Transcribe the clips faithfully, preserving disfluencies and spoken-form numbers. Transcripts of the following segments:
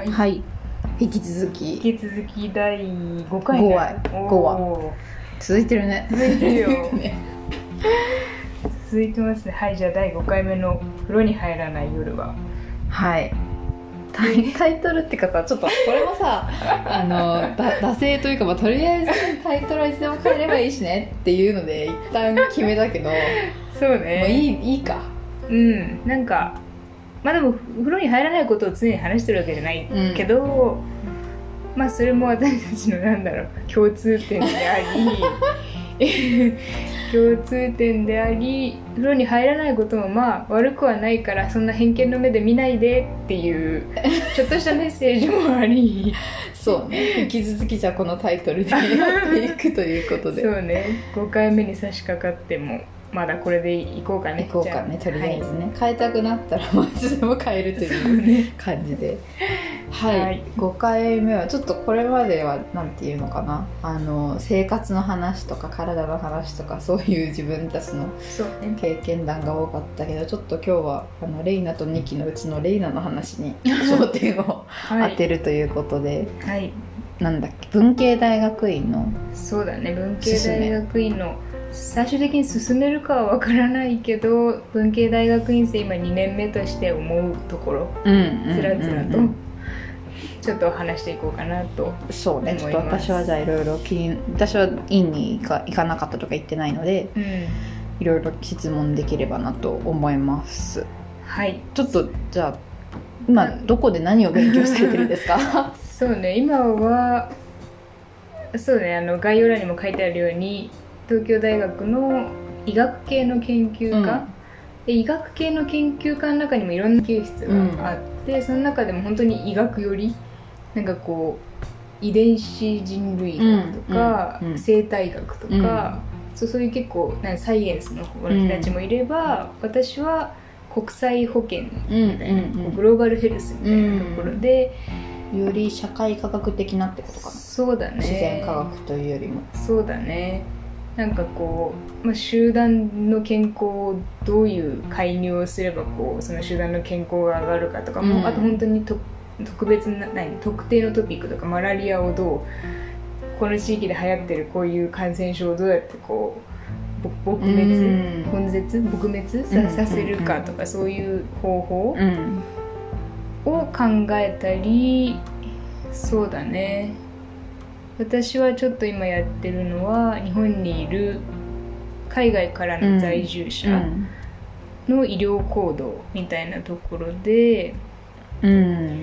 はい、はい、引き続き引き続きだいごかいごわごわ続いてるね続いてるよね続いてますね。はい、じゃあだいごかいめの風呂に入らない夜は、 はいタイ、タイトルっていうかさ、ちょっとこれもさあのだ惰性というか、まあ、とりあえずタイトルはいつでも変えればいいしねっていうので一旦決めたけどそうね、 もういい、いいか。 うんなんかまあでも風呂に入らないことを常に話してるわけじゃないけど、うん、まあそれも私たちのなんだろう共通点であり共通点であり、風呂に入らないこともまあ悪くはないから、そんな偏見の目で見ないでっていうちょっとしたメッセージもありそうね、引き続きじゃあこのタイトルでやっていくということでそうね、ごかいめに差し掛かってもまだこれでいこうかね。 いこうかね、とりあえずね、はい、変えたくなったらいつでも変えるという感じで、はい、はい、ごかいめはちょっとこれまではなんていうのかな、あの生活の話とか体の話とかそういう自分たちの経験談が多かったけど、ちょっと今日はあのレイナとニキのうちのレイナの話に焦点を当てるということで、はい、なんだっけ、文系大学院のそうだね、文系大学院の最終的に進めるかは分からないけど、文系大学院生今にねんめとして思うところ、つらつらとちょっと話していこうかなと思います。 そうね、ちょっと私はじゃあいろいろ私は院に行か、行かなかったとか言ってないので、いろいろ質問できればなと思います。はい、ちょっとじゃあ今どこで何を勉強されてるんですか？ そうね、今はそうね、あの概要欄にも書いてあるように東京大学の医学系の研究科、うん、で医学系の研究科の中にもいろんな研究室があって、うん、その中でも本当に医学よりなんかこう遺伝子人類学とか、うんうんうん、生態学とか、うん、そう、そういう結構なんかサイエンスの方の人たちもいれば、うん、私は国際保健みたいな、うんうんうん、グローバルヘルスみたいなところで、 うん、より社会科学的なってことかな。 そうだね、 自然科学というよりも。 そうだね、なんかこう、まあ、集団の健康をどういう介入をすればこうその集団の健康が上がるかとかも、うん、あと本当にと特別な何特定のトピックとか、マラリアをどうこの地域で流行ってるこういう感染症をどうやってこう撲滅、うん、根絶撲滅 さ, させるかとか、そういう方法を考えたり、そうだね、私はちょっと今やってるのは日本にいる海外からの在住者の医療行動みたいなところで、うん、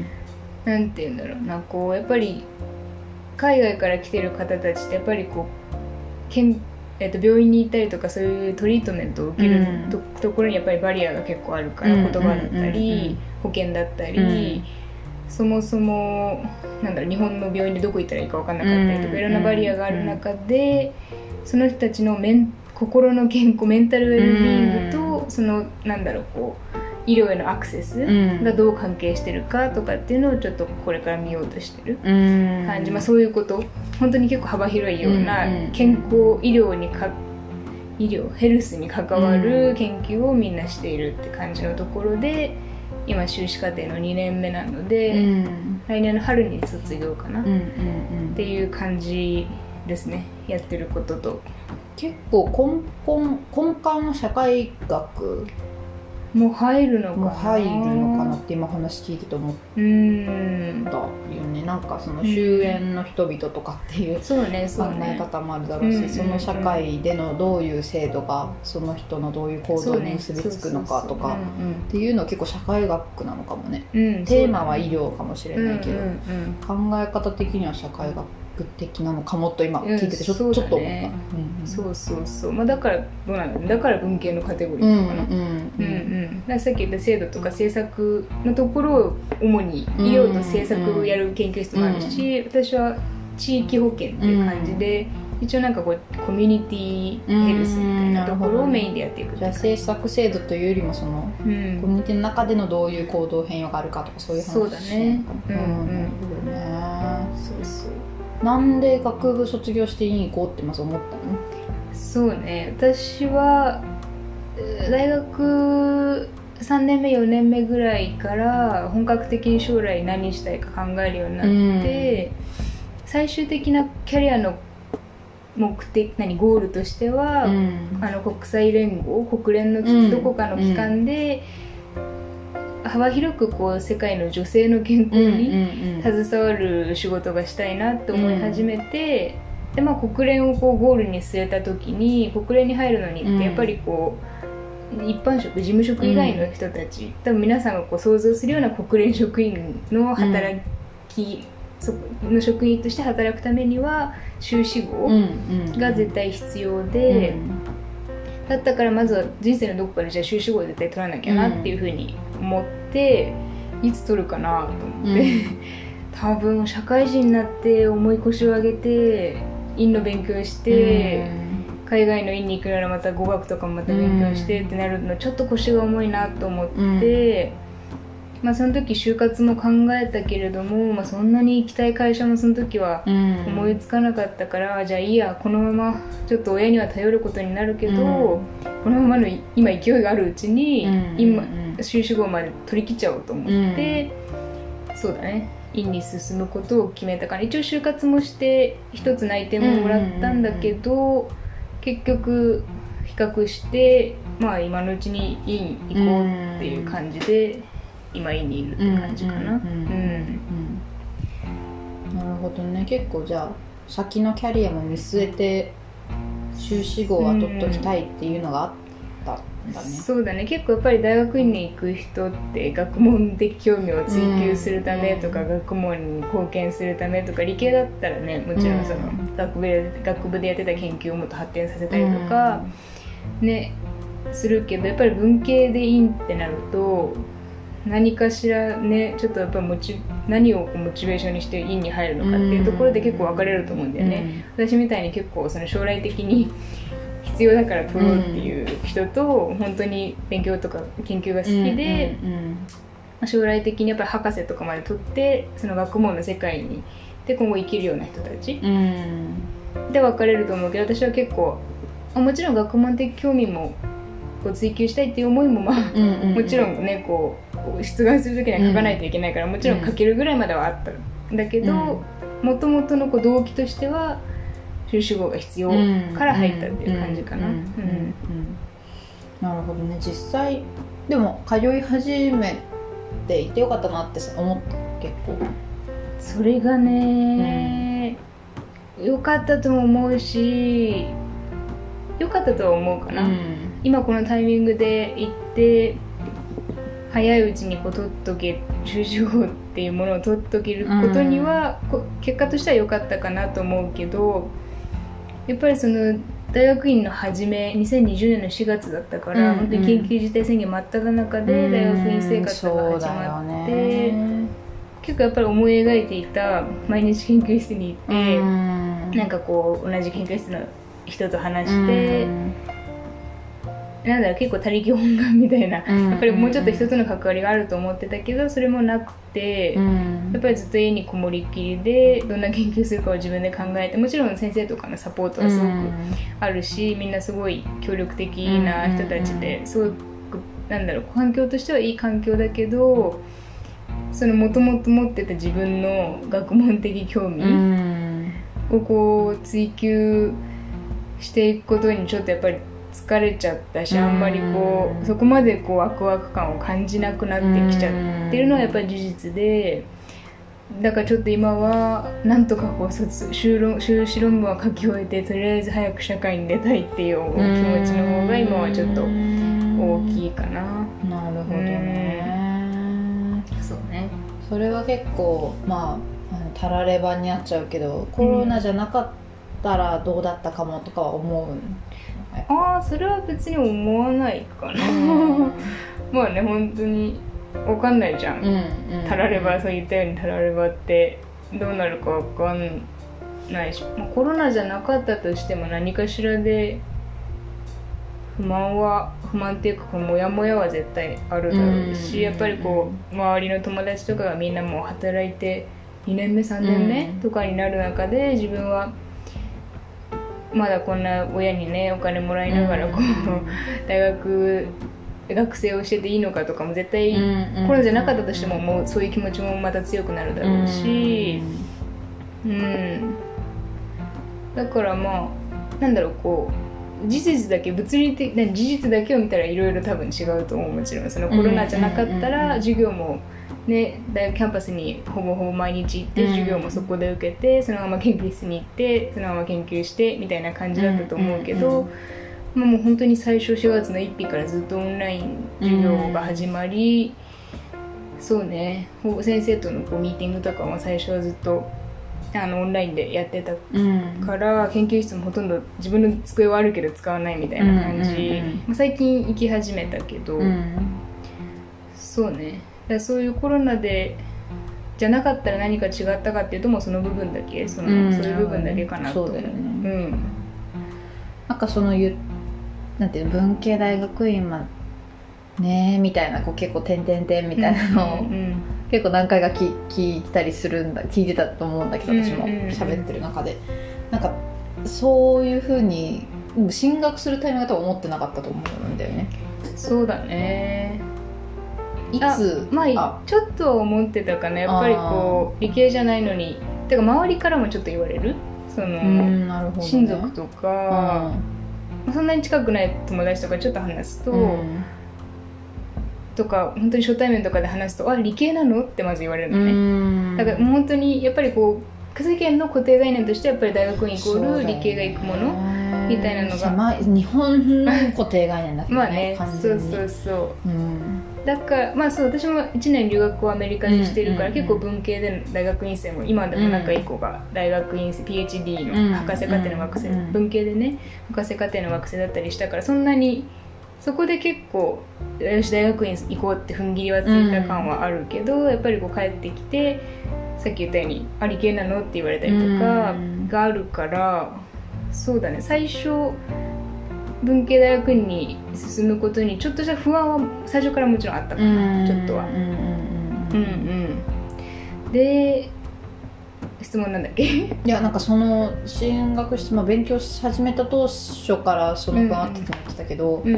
なんていうんだろうな、こうやっぱり海外から来てる方たちってやっぱりこうけん、えっと、病院に行ったりとかそういうトリートメントを受ける と,、うん、ところにやっぱりバリアが結構あるから、言葉だったり、保険だったり、うん、そもそもなんだろう、日本の病院でどこ行ったらいいか分かんなかったりとか、いろんなバリアがある中で、その人たちのメン心の健康、メンタルウェルビーイングとそのなんだろう、こう医療へのアクセスがどう関係してるかとかっていうのをちょっとこれから見ようとしてる感じ、まあ、そういうこと本当に結構幅広いような健康医療にか医療ヘルスに関わる研究をみんなしているって感じのところで、今修士課程のにねんめなので、うん、来年の春に卒業かな、うんうんうん、っていう感じですね、やってることと。 結構根本根幹の社会学もう入るのかな、 もう入るのかなって今話聞いてて思ったよね。なんかその終焉の人々とかっていう考え方もあるだろうし、その社会でのどういう制度がその人のどういう行動に結びつくのかとかっていうのは結構社会学なのかもね、うん、テーマは医療かもしれないけど、うんうんうん、考え方的には社会学的なのかもと今聞いててちょ,、うん、ちょっと思った、うんうん、 そうそうそう、まあ、だからどうなの、だから文系のカテゴリーなのかな、うんうんうんうん、だからさっき言った制度とか政策のところを主に医療と政策をやる研究室もあるし、うんうん、私は地域保険っていう感じで、うん、一応なんかこうコミュニティヘルスみたいなところをメインでやっていくって感じ。 じゃあ政策制度というよりもその、うん、コミュニティの中でのどういう行動変容があるかとかそういう話。 そうだね、うんうん、 なるほどね。そうそう。なんで学部卒業して院行こうってまず思ったの？ そうね、私は大学さんねんめよねんめぐらいから本格的に将来何したいか考えるようになって、うん、最終的なキャリアの目的何ゴールとしては、うん、あの国際連合国連の、うん、どこかの機関で、うん、幅広くこう世界の女性の健康に携わる仕事がしたいなって思い始めて、うん、でまあ、国連をこうゴールに据えた時に国連に入るのにってやっぱりこう、うん、一般職事務職以外の人たち、うん、多分皆さんがこう想像するような国連職員の働き、うん、その職員として働くためには修士号が絶対必要で、うんうん、だったからまずは人生のどこかでじゃあ修士号を絶対取らなきゃなっていうふうに思って、うん、いつ取るかなと思って、うん、多分社会人になって重い腰を上げて院の勉強して、うん、海外の院に行くならまた語学とかもまた勉強してってなるのちょっと腰が重いなと思って、うん、まあ、その時就活も考えたけれども、まあ、そんなに行きたい会社もその時は思いつかなかったから、うん、じゃあいいやこのままちょっと親には頼ることになるけど、うん、このままの今勢いがあるうちに、うん、今修士号まで取り切っちゃおうと思って、うん、そうだね院に進むことを決めたから一応就活もして一つ内定ももらったんだけど、うんうんうん、結局比較してまあ今のうちに院行こうっていう感じで、うん、今院にいるって感じかな。なるほどね。結構じゃあ先のキャリアも見据えて修士号は取っときたいっていうのがあったんだね。 そうだね。結構やっぱり大学院に行く人って学問的興味を追求するためとか、うん、学問に貢献するためとか理系だったらねもちろんその学部で、学部でやってた研究をもっと発展させたりとか、うん、ねするけどやっぱり文系で院ってなると何かしらねちょっとやっぱりモチ何をモチベーションにして院に入るのかっていうところで結構分かれると思うんだよね、うん、私みたいに結構その将来的に必要だから取ろうっていう人と、うん、本当に勉強とか研究が好きで、うんうんうん、将来的にやっぱり博士とかまで取ってその学問の世界にで今後生きるような人たち、うん、で分かれると思うけど私は結構もちろん学問的興味もこう追求したいっていう思いもまあ、うんうんうん、もちろんねこう出願する時には書かないといけないから、うん、もちろん書けるぐらいまではあったんだけどもともとのこう動機としては修士号が必要から入ったっていう感じかな。 なるほどね。実際でも通い始めていてよかったなって思った結構それがね、うん、よかったとも思うしよかったとは思うかな、うん、今このタイミングで行って早いうちにこう取っとけ修士号っていうものを取っとけることには、うん、結果としては良かったかなと思うけどやっぱりその大学院の初めにせんにじゅうねんのしがつだったから、うんうん、本当に緊急事態宣言真っ只中で大学院生活が始まって、結構やっぱり思い描いていた毎日研究室に行って、うん、なんかこう同じ研究室の人と話して、うん、なんだろう結構他力本願みたいな、うん、やっぱりもうちょっと人との関わりがあると思ってたけどそれもなくて、うん、やっぱりずっと家にこもりっきりでどんな研究するかを自分で考えてもちろん先生とかのサポートはすごくあるし、うん、みんなすごい協力的な人たちですごくなんだろう環境としてはいい環境だけどそのもともと持ってた自分の学問的興味をこう追求していくことにちょっとやっぱり疲れちゃったし、あんまりこうそこまでこうワクワク感を感じなくなってきちゃってるのはやっぱり事実で、だからちょっと今はなんとかこう卒修論修士論文は書き終えてとりあえず早く社会に出たいっていう気持ちの方が今はちょっと大きいかな。 なるほどね。 そうね。 それは結構まあ、あのたらればになっちゃうけどコロナじゃなかったらどうだったかもとかは思う、うんああそれは別に思わないかなまあね本当に分かんないじゃん、うんうん、たらればそう言ったようにたらればってどうなるか分かんないし、まあ、コロナじゃなかったとしても何かしらで不満は不満っていうかモヤモヤは絶対あるだろうし、うん、やっぱりこう周りの友達とかがみんなもう働いてにねんめさんねんめ、うん、とかになる中で自分はまだこんな親にねお金もらいながらこう、うん、大学学生をしてていいのかとかも絶対、うん、コロナじゃなかったとしてももうそういう気持ちもまた強くなるだろうし、うん、うん、だからまあなんだろうこう事実だけ物理的な事実だけを見たらいろいろ多分違うと思う。もちろんそのコロナじゃなかったら授業もね、大学キャンパスにほぼほぼ毎日行って授業もそこで受けて、そのまま研究室に行ってそのまま研究してみたいな感じだったと思うけど、まあ、もう本当に最初しがつのついたちからずっとオンライン授業が始まり、そうね先生とのこうミーティングとかも最初はずっとあのオンラインでやってたから、うん、研究室もほとんど自分の机はあるけど使わないみたいな感じ、うんうんうんまあ、最近行き始めたけど、うん、そうねだそういうコロナでじゃなかったら何か違ったかっていうともうその部分だけその、うん、そういう部分だけかなと思う。そうだよね、うん、 なんかそのゆなんていう文系大学院まねみたいなこう結構点々点みたいなのを、うんうん、結構何回か聞, 聞いたりするんだ聞いてたと思うんだけど私も喋ってる中で、なんかそういう風に進学するタイミングだと思ってなかったと思うんだよね。 そうだねいつあまあちょっと思ってたかなやっぱりこう理系じゃないのにてか周りからもちょっと言われるその、なるほどね、親族とか、うん、そんなに近くない友達とかちょっと話すと、うん、とか本当に初対面とかで話すとあ理系なのってまず言われるのね。うんだからもう本当にやっぱりこう世間の固定概念としてやっぱり大学院イコール理系が行くものみたいなのが日本の固定概念だけどねまあね完全にそうそうそう、うんだからまあそう私もいちねん留学をアメリカにしてるから、うんうんうん、結構文系での大学院生も今でも仲いい子が大学院生、うん、ピーエイチディー の博士課程の学生、うんうん、文系でね博士課程の学生だったりしたからそんなにそこで結構よし大学院行こうって踏ん切りはついた感はあるけど、うん、やっぱりこう帰ってきてさっき言ったようにあ理系なのって言われたりとかがあるから、うん、そうだね最初文系大学院に進むことにちょっとした不安は最初からもちろんあったかなちょっとはうんうんで質問なんだっけいやなんかその進学して、まあ、勉強し始めた当初からその不安あったと思ってたけど、うんうん、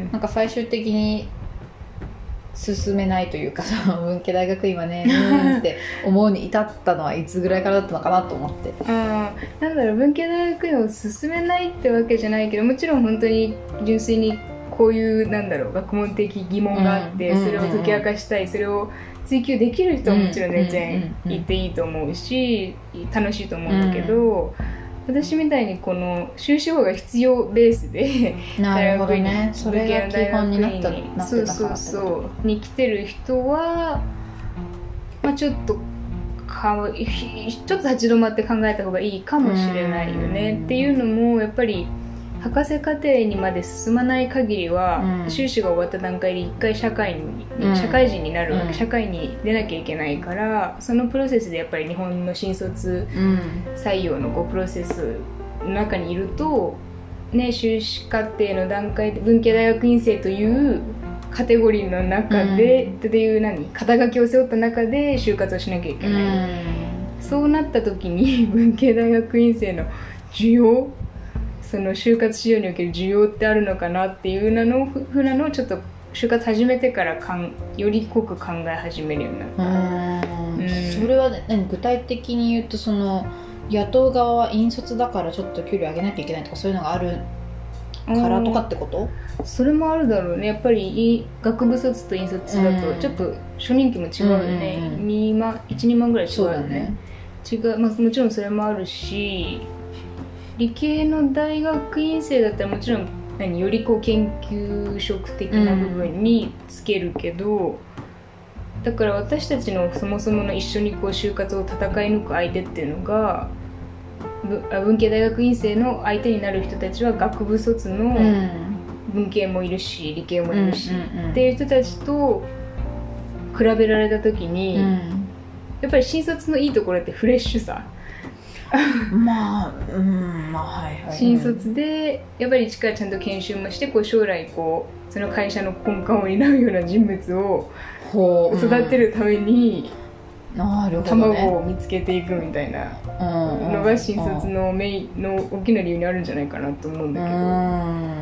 なんか最終的に進めないというかその文系大学院はねうんって思うに至ったのはいつぐらいからだったのかなと思ってあなんだろう文系大学院を進めないってわけじゃないけどもちろん本当に純粋にこういうなんだろう学問的疑問があって、うん、それを解き明かしたい、うん、それを追求できる人はもちろん全然行っていいと思うし楽しいと思うんだけど、うん、私みたいにこの修士号が必要ベースで大学院に、ね、それが基本になったにそうそうそうに来てる人は、まあ、ちょっとかちょっと立ち止まって考えた方がいいかもしれないよねっていうのもやっぱり博士課程にまで進まない限りは、うん、修士が終わった段階で一回社会に、うん、社会人になるわけ、うん、社会に出なきゃいけないからそのプロセスでやっぱり日本の新卒採用のこうプロセスの中にいると、ね、修士課程の段階で文系大学院生というカテゴリーの中で、うん、っていう何肩書きを背負った中で就活をしなきゃいけない、うん、そうなった時に文系大学院生の需要その就活市場における需要ってあるのかなっていうのふうなのをちょっと就活始めてからかんより濃く考え始めるようになった。 うんうんそれは、ね、具体的に言うとその雇う側は引率だからちょっと給料上げなきゃいけないとかそういうのがあるからとかってこと？ それもあるだろうね。やっぱり学部卒と引率だとちょっと初任給も違うよね、うんうんうん、にまんいち、にまんぐらい違うよね。違う、まあ、もちろんそれもあるし理系の大学院生だったらもちろん何よりこう研究職的な部分につけるけど、うん、だから私たちのそもそもの一緒にこう就活を戦い抜く相手っていうのが文系大学院生の相手になる人たちは学部卒の文系もいるし理系もいるし、うんうんうん、っていう人たちと比べられた時に、うん、やっぱり新卒のいいところってフレッシュさまあ、うんまあはいはい、 新卒でやっぱり一からちゃんと研修もしてこう将来こうその会社の根幹を担うような人物を育てるために、うん、なるほどね、卵を見つけていくみたいなのが新卒のメインの大きな理由にあるんじゃないかなと思うんだけど、うん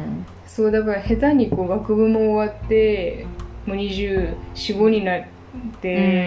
そうだから下手にこう学部も終わってもうにじゅうよん、ごになって、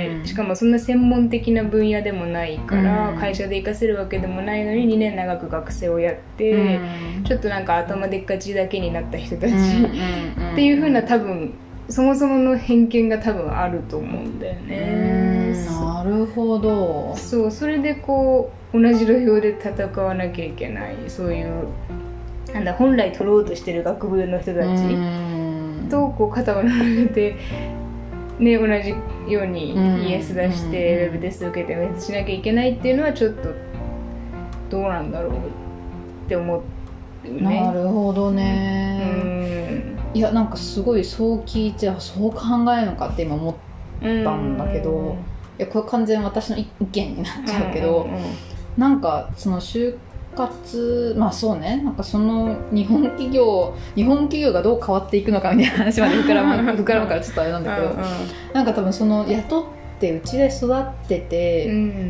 うん、しかもそんな専門的な分野でもないから、うん、会社で活かせるわけでもないのににねん長く学生をやって、うん、ちょっとなんか頭でっかちだけになった人たち、うん、っていう風な多分そもそもの偏見が多分あると思うんだよね。 なるほど。 そう、それでこう同じ土俵で戦わなきゃいけない、そういうなんだ本来取ろうとしてる学部の人たちとこう肩を並べて、ね、同じようにイエス出してウェブテスト受けて面接しなきゃいけないっていうのはちょっとどうなんだろうって思うよね。 なるほどね。うん、いやなんかすごいそう聞いてそう考えるのかって今思ったんだけど、いやこれ完全に私の意見になっちゃうけど、うんうんうん、なんかその就活まあそうね、なんかその日本企業日本企業がどう変わっていくのかみたいな話まで膨らむ膨らむからちょっとあれなんだけど、うんうん、なんか多分その雇ってうちで育ってて、うん、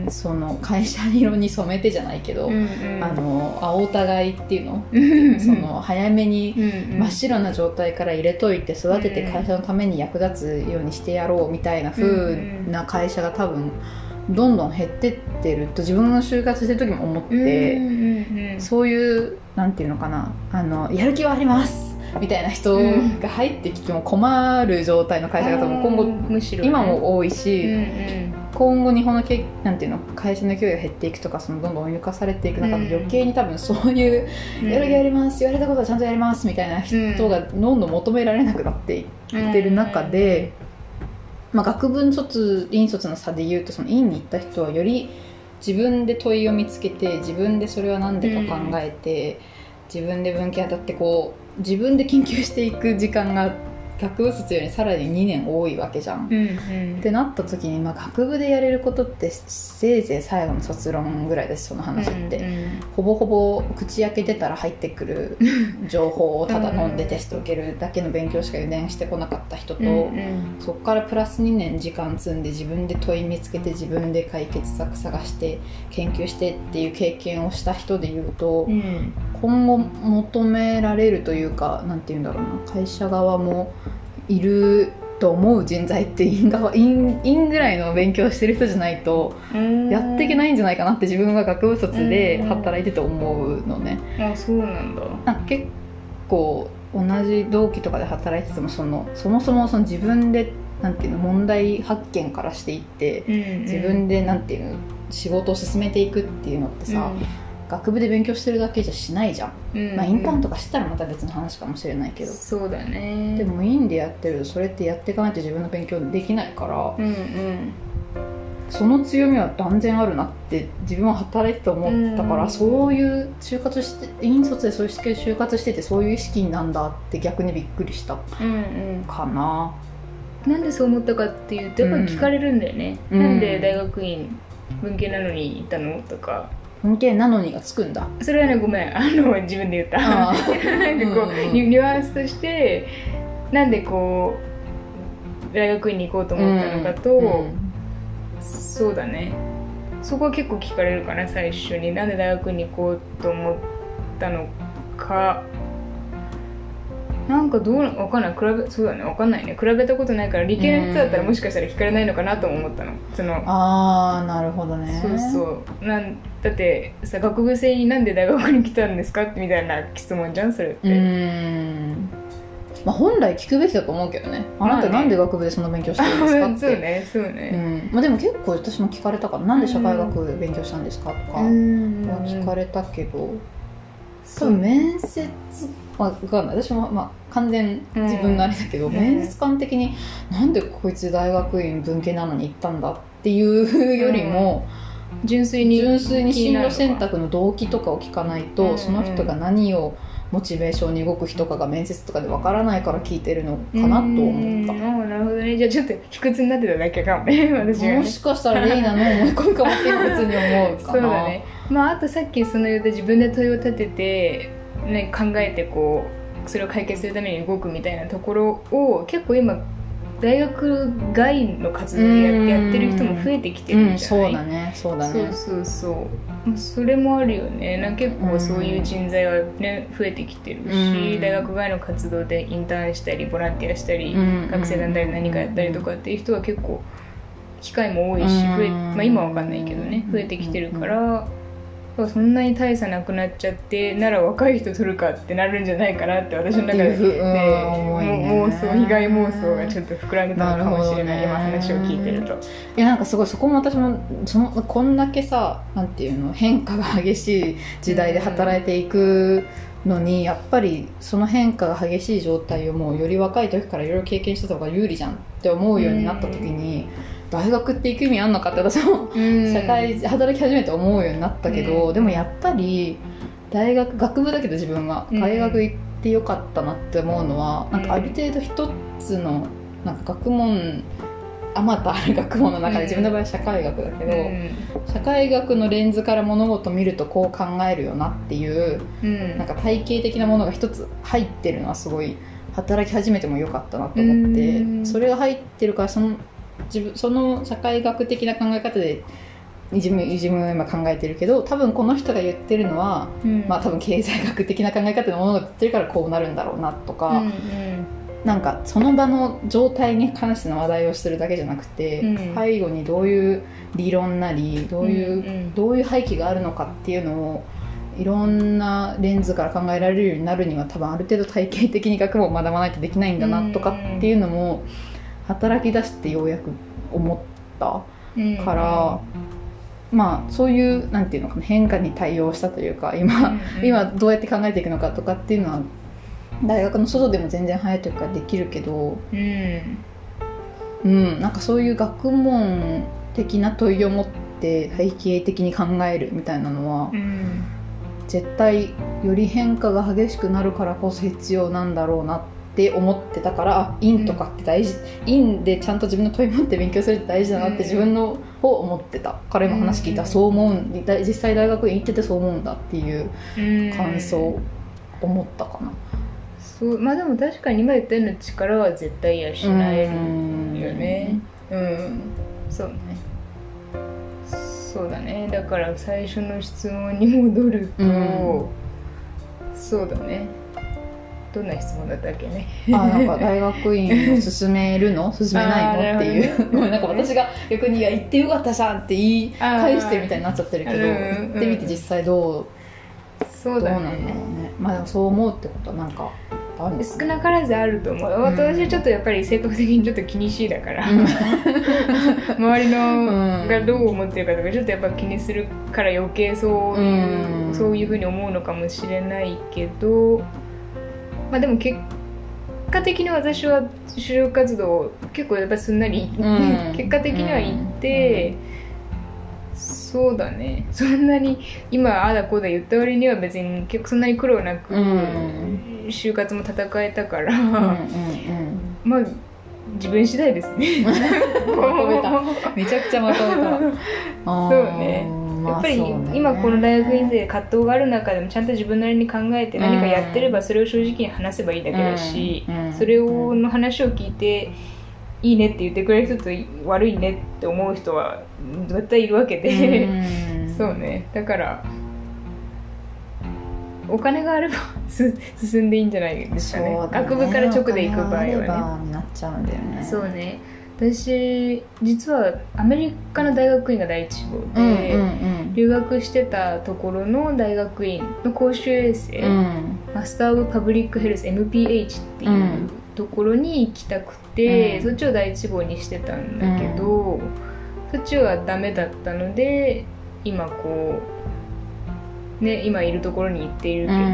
その会社色に染めてじゃないけど、うんうん、あの青互いっていうの、うんうん、その早めに真っ白な状態から入れといて育てて会社のために役立つようにしてやろうみたいな風な会社が多分どんどん減ってってると自分の就活してる時も思って、うんうんうん、そういうなんていうのかな、あのやる気はありますみたいな人が入ってきても困る状態の会社が多分今後、むしろね、今も多いし、うんうん、今後日本のけなんていうの会社の勢いが減っていくとか、そのどんどん追い抜かされていく中で余計に多分そういう、うん、やる気あります言われたことはちゃんとやりますみたいな人がどんどん求められなくなっていってる中で、まあ、学部卒院卒の差でいうとその院に行った人はより自分で問いを見つけて自分でそれは何でか考えて、うん、自分で文献当たってこう自分で研究していく時間が学部卒よりさらににねん多いわけじゃん、うんうん、ってなった時に、まあ、学部でやれることってせいぜい最後の卒論ぐらいです。その話って、うんうん、ほぼほぼ口開けてたら入ってくる情報をただ飲んでテスト受けるだけの勉強しか油田してこなかった人と、うんうん、そこからプラスにねん時間積んで自分で問い見つけて自分で解決策探して研究してっていう経験をした人でいうと、うん、今後求められるというか、なんていうんだろうな、会社側もいると思う人材って院側院院ぐらいの勉強してる人じゃないとやっていけないんじゃないかなって自分が学部卒で働いてて思うのね。 あ、そうなんだ。 なんか結構同じ同期とかで働いててもそのそもそもその自分でなんていうの問題発見からしていって、うんうん、自分でなんていうの仕事を進めていくっていうのってさ、うん、学部で勉強してるだけじゃしないじゃん、うんうん、まあ、インターンとかしてたらまた別の話かもしれないけど、 そうだね。 でも院でやってるとそれってやっていかないと自分の勉強できないから、うんうん、その強みは断然あるなって自分は働いてて思ったから、うんうん、そういう就活して院卒でそういう就活しててそういう意識なんだって逆にびっくりしたかな、うんうん、なんでそう思ったかっていうとやっぱり聞かれるんだよね、うん、なんで大学院文系なのに行ったのとか、 文系なのにがつくんだ。 それはね、ごめん、あの自分で言ったなんかこう、うんうん、ニュアンスとしてなんでこう大学院に行こうと思ったのかと、うんうん、そうだね、そこは結構聞かれるかな。最初になんで大学院に行こうと思ったのか、なんかどうわかんない、比べそうだね、わかんないね、比べたことないから理系の人だったらもしかしたら聞かれないのかなとも思ったの。そのあー、なるほどね。 そうそうなんだってさ、学部生になんで大学に来たんですかってみたいな質問じゃん、それって。うーん、まあ、本来聞くべきだと思うけどね。あなたなんで学部でそんな勉強してるんですかって。 そうね、そうね、 うん、まあ、でも結構私も聞かれたから、なんで社会学で勉強したんですかとかは聞かれたけど、多分面接は分かんない、私もまあ完全自分のあれだけど、うん、面接官的になんでこいつ大学院文系なのに行ったんだっていうよりも、 うん、純粋に純粋に進路選択の動機とかを聞かないと、うん、その人が何をモチベーションに動く人かが面接とかで分からないから聞いてるのかなと思った。 ああ、なるほどね。じゃあちょっと卑屈になってただけかもね、私がね。 もしかしたらレイナの思い込みかもって普通に思うかな。 そうだね。まあ、あとさっきその言うと自分で問いを立てて、ね、考えてこうそれを解決するために動くみたいなところを結構今大学外の活動やってやってる人も増えてきてるんじゃない？ うん、そうだねそうだね。 そうそうそうそれもあるよね。なんか結構そういう人材はね増えてきてるし、 うん、 大学外の活動でインターンしたりボランティアしたり、うん、学生団体で何かやったりとかっていう人は結構機会も多いし、増え、まあ、今は分かんないけどね増えてきてるから、そんなに大差なくなっちゃってなら若い人取るかってなるんじゃないかなって私の中で、ね、妄想被害妄想がちょっと膨らんでたのかもしれない、ね、今話を聞いてると。 いやなんかすごいそこも私もそのこんだけさなんていうの変化が激しい時代で働いていくのに、うん、やっぱりその変化が激しい状態をもうより若い時からいろいろ経験した方が有利じゃんって思うようになった時に、うん、大学って行く意味あんのかって私も、うん、社会働き始めて思うようになったけど、うん、でもやっぱり大学学部だけど自分は大学行ってよかったなって思うのは、うん、なんかある程度一つのなんか学問あまたある学問の中で自分の場合は社会学だけど、うん、社会学のレンズから物事を見るとこう考えるよなっていう、うん、なんか体系的なものが一つ入ってるのはすごい働き始めてもよかったなと思って、うん、それが入ってるからその自分その社会学的な考え方で自分自分は今考えてるけど、多分この人が言ってるのは、うん、まあ多分経済学的な考え方のものが言ってるからこうなるんだろうなとか、うんうん、なんかその場の状態に関しての話題をするだけじゃなくて、うん、背後にどういう理論なりどういう、うんうん、どういう背景があるのかっていうのをいろんなレンズから考えられるようになるには多分ある程度体系的に学問を学ばないとできないんだなとかっていうのも働き出してようやく思ったから、うん、まあそういうなんていうのかな変化に対応したというか 今,、うんうん、今どうやって考えていくのかとかっていうのは大学の外でも全然早い時からできるけど、うんうん、なんかそういう学問的な問いを持って体系的に考えるみたいなのは、うん、絶対より変化が激しくなるからこそ必要なんだろうなって思ってたから、院とかって大事、うん、院でちゃんと自分の問い持って勉強するって大事だなって自分のを思ってたから今話聞いた、うん、そう思うん実際大学院行っててそう思うんだっていう感想を思ったかな。 そうまあでも確かに今言ったような力は絶対養えるよね。うん、うん、そうねそうだね。だから最初の質問に戻ると、うん、そうだね。どんな質問だったっけね。 あなんか大学院を進めるの進めないのっていう、ね、なんか私が逆にいや行ってよかったじゃんって言い返してるみたいになっちゃってるけど、行ってみて実際どう、 そうだね、 どうなんだろうね。まあでもそう思うってことはなんか少なからずあると思う。私はちょっとやっぱり性格的にちょっと気にしいだから、うん、周りのがどう思ってるかとかちょっとやっぱ気にするから余計そういう、うん、そういう風に思うのかもしれないけど、まあでも結果的に私は就職活動結構やっぱりすんなり、うん、結果的には行って、うん、そうだねそんなに今ああだこうだ言った割には別に結構そんなに苦労なく、うん就活も戦えたから、うんうんうん、まあ自分次第ですね。まとめためちゃくちゃまとめたそうね、やっぱり今この大学院生で葛藤がある中でもちゃんと自分なりに考えて何かやってればそれを正直に話せばいいだけだし、うんうん、それをの話を聞いていいねって言ってくれる人と悪いねって思う人は絶対いるわけで、うん、そうねだからお金があれば進んでいいんじゃないですか ね, ね学部から直で行く場合はねになっちゃうんだよね。 そうね私実はアメリカの大学院が第一志望で、うんうんうん、留学してたところの大学院の公衆衛生、うん、マスター・オブ・パブリック・ヘルス エムピーエイチ っていうところに行きたくて、うん、そっちを第一志望にしてたんだけど、うん、そっちはダメだったので今こうね、今いるところに行っているけど、うん、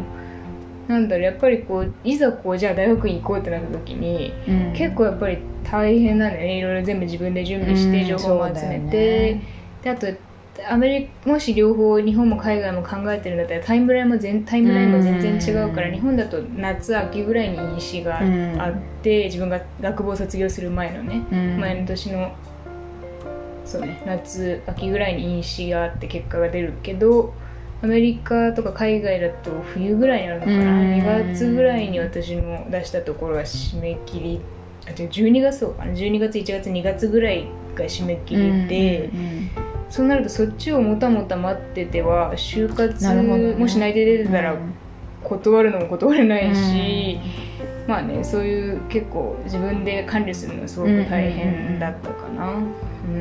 なんだろうやっぱりこういざこうじゃあ大学院行こうってなった時に、うん、結構やっぱり大変なんだよね。いろいろ全部自分で準備して情報も集めて、うんね、であとアメリカもし両方日本も海外も考えてるんだったらタイムラインも全タイムラインも全然違うから、うん、日本だと夏秋ぐらいに飲酒があって、うん、自分が学部を卒業する前のね、うん、前の年のそうね夏秋ぐらいに飲酒があって結果が出るけどアメリカとか海外だと冬ぐらいになるのかな、にがつぐらいに私の出したところは締め切りあじゃあじゅうにがつかなじゅうにがついちがつにがつぐらいが締め切りで、うんうんうん、そうなるとそっちをもたもた待ってては就活、ね、もし内定出てたら断るのも断れないし、うん、まあねそういう結構自分で管理するのはすごく大変だったかな、うん、うん、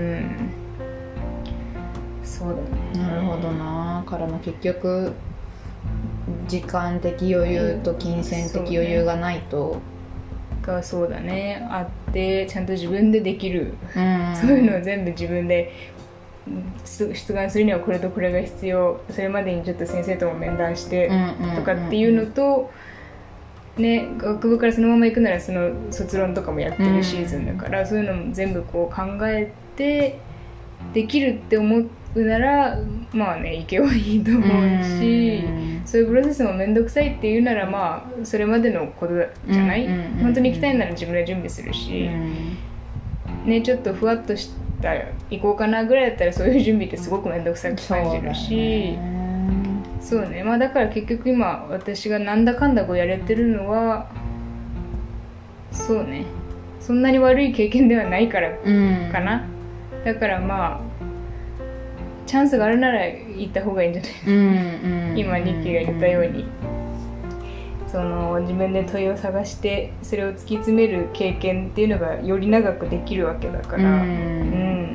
そうだね。 なるほどな。からも結局時間的余裕と金銭的余裕がないと、 がそうだねあってちゃんと自分でできる、うん、そういうのを全部自分で出願するにはこれとこれが必要、それまでにちょっと先生とも面談してとかっていうのと、ね、学部からそのまま行くならその卒論とかもやってるシーズンだから、うん、そういうのも全部こう考えてできるって思うならまあね行けばいいと思うし、うん、そういうプロセスも面倒くさいっていうならまあそれまでのことじゃない、うん、本当に行きたいなら自分で準備するし、うん、ねちょっとふわっとした行こうかなぐらいだったらそういう準備ってすごく面倒くさく感じるし、そうね、まあだから結局今私がなんだかんだこうやれてるのはそうねそんなに悪い経験ではないからかな、うん、だからまあチャンスがあるなら行った方がいいんじゃない、うんうん、今ニッキーが言ったようにその自分で問いを探してそれを突き詰める経験っていうのがより長くできるわけだから、うんうん、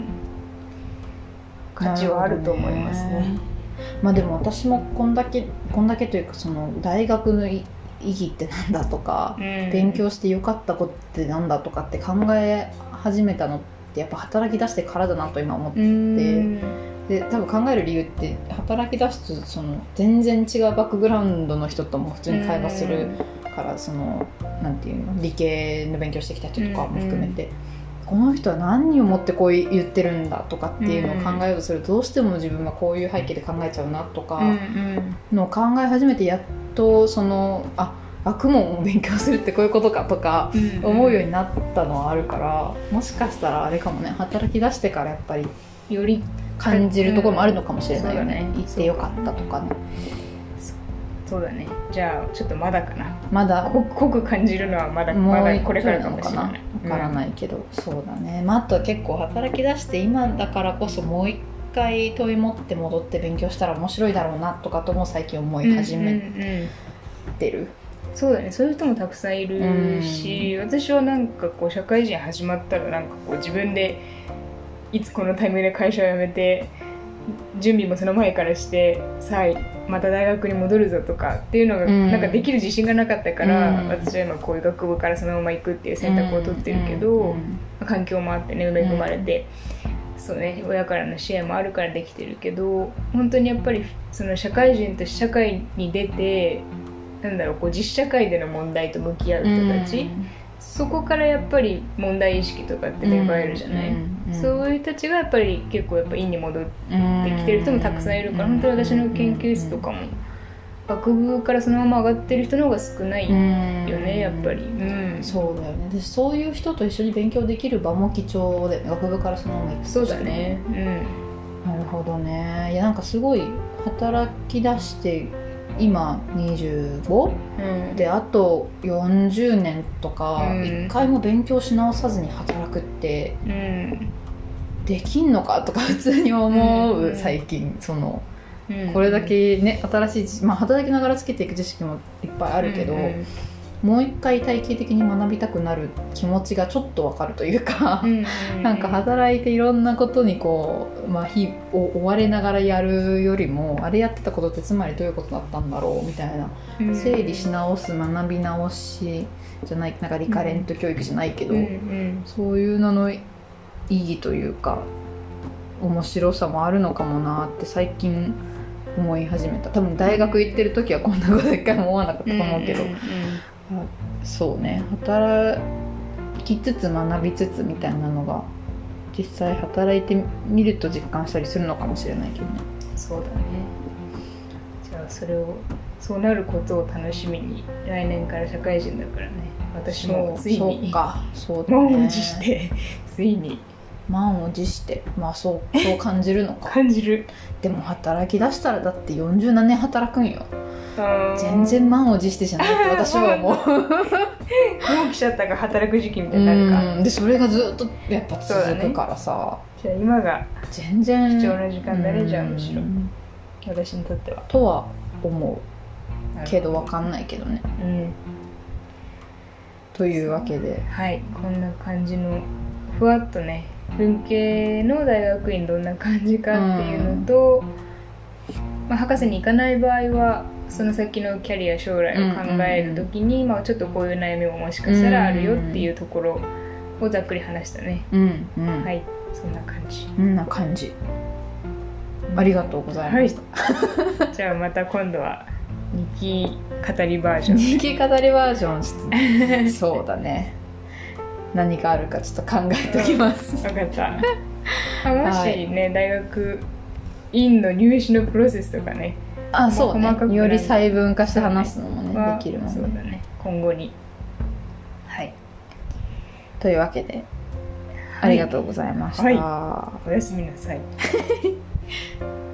価値はあると思いますね。 まあでも私もこんだけこんだけというかその大学の意義ってなんだとか、うん、勉強してよかったことってなんだとかって考え始めたのってやっぱ働き出してからだなと今思って、うん、で多分考える理由って働き出すとその全然違うバックグラウンドの人とも普通に会話するから、うん、そのなんていうの理系の勉強してきた人とかも含めて、うんこの人は何をもってこう言ってるんだとかっていうのを考えようとすると、どうしても自分はこういう背景で考えちゃうなとかのを考え始めてやっとそのあ学問を勉強するってこういうことかとか思うようになったのはあるから、もしかしたらあれかもね働き出してからやっぱりより感じるところもあるのかもしれないよね、うん、行ってよかったとかね。 そうだね。じゃあちょっとまだかな。 まだ濃く感じるのはまだまだこれからかもしれない。 わからないけど、うん、そうだね。まあ、あとは結構働き出して今だからこそもう一回問い持って戻って勉強したら面白いだろうなとかとも最近思い始めてる。 うんうんうん、そうだね。そういう人もたくさんいるし、うん、私はなんかこう社会人始まったらなんかこう自分でいつこのタイミングで会社を辞めて準備もその前からしてさあまた大学に戻るぞとかっていうのがなんかできる自信がなかったから、うん、私は今こういう学部からそのまま行くっていう選択を取ってるけど、うんうん、環境もあってね恵まれて、うん、そうね親からの支援もあるからできてるけど本当にやっぱりその社会人として社会に出てなんだろうこう実社会での問題と向き合う人たち、うん、そこからやっぱり問題意識とかって芽生えるじゃない、うんうん、そういう人たちがやっぱり結構やっぱ院に戻ってきてる人もたくさんいるから、本当に私の研究室とかも学部からそのまま上がってる人の方が少ないよねやっぱり、うん、 そうだよね。でそういう人と一緒に勉強できる場も貴重で学部からそのまま行くとしてそうだね、うん、 なるほどね。いやなんかすごい働き出して今にじゅうご、うん、であとよんじゅうねんとか一回も勉強し直さずに働くって、うん、できんのかとか普通に思う、うん、最近その、うん、これだけね新しい、まあ、働きながらつけていく知識もいっぱいあるけど、うん、もう一回体系的に学びたくなる気持ちがちょっとわかるというか、うん、なんか働いていろんなことにこう、まあ、日を追われながらやるよりもあれやってたことってつまりどういうことだったんだろうみたいな、うん、整理し直す学び直しじゃないなんかリカレント教育じゃないけど、うん、そういうのの意義というか面白さもあるのかもなって最近思い始めた。多分大学行ってる時はこんなこと一回も思わなかったと思うけど、うんうんうんそうね働きつつ学びつつみたいなのが実際働いてみると実感したりするのかもしれないけどね。 そうだね。じゃあそれをそうなることを楽しみに来年から社会人だからね私もついにそうかそうだね満を持してついに満を持してまあそう、そう感じるのか感じる。 でも働き出したらだってよんじゅうなんねん働くんよ全然満を持してじゃないって私は思う。 もう来ちゃったが働く時期みたいになるか。 でそれがずっとやっぱ続くからさ、 ね、じゃあ今が全然貴重な時間だね、じゃあむしろ私にとってはとは思うけど分かんないけどね、 うん、 というわけで、 はい、こんな感じのふわっとね文系の大学院どんな感じかっていうのと、うんまあ、博士に行かない場合はその先のキャリア将来を考えるときに、うんうんまあ、ちょっとこういう悩みももしかしたらあるよっていうところをざっくり話したね、 うんうん、 はいそんな感じそんな感じ、うん、ありがとうございました、 はい、じゃあまた今度はにき語りバージョンにき語りバージョンちょっとそうだね何があるかちょっと考えておきます、 うん、分かったもしね、はい、大学院の入試のプロセスとかねあそうねより細分化して話すのもね、ねできるもんねそうだね今後にはいというわけで、はい、ありがとうございました、 はい、おやすみなさい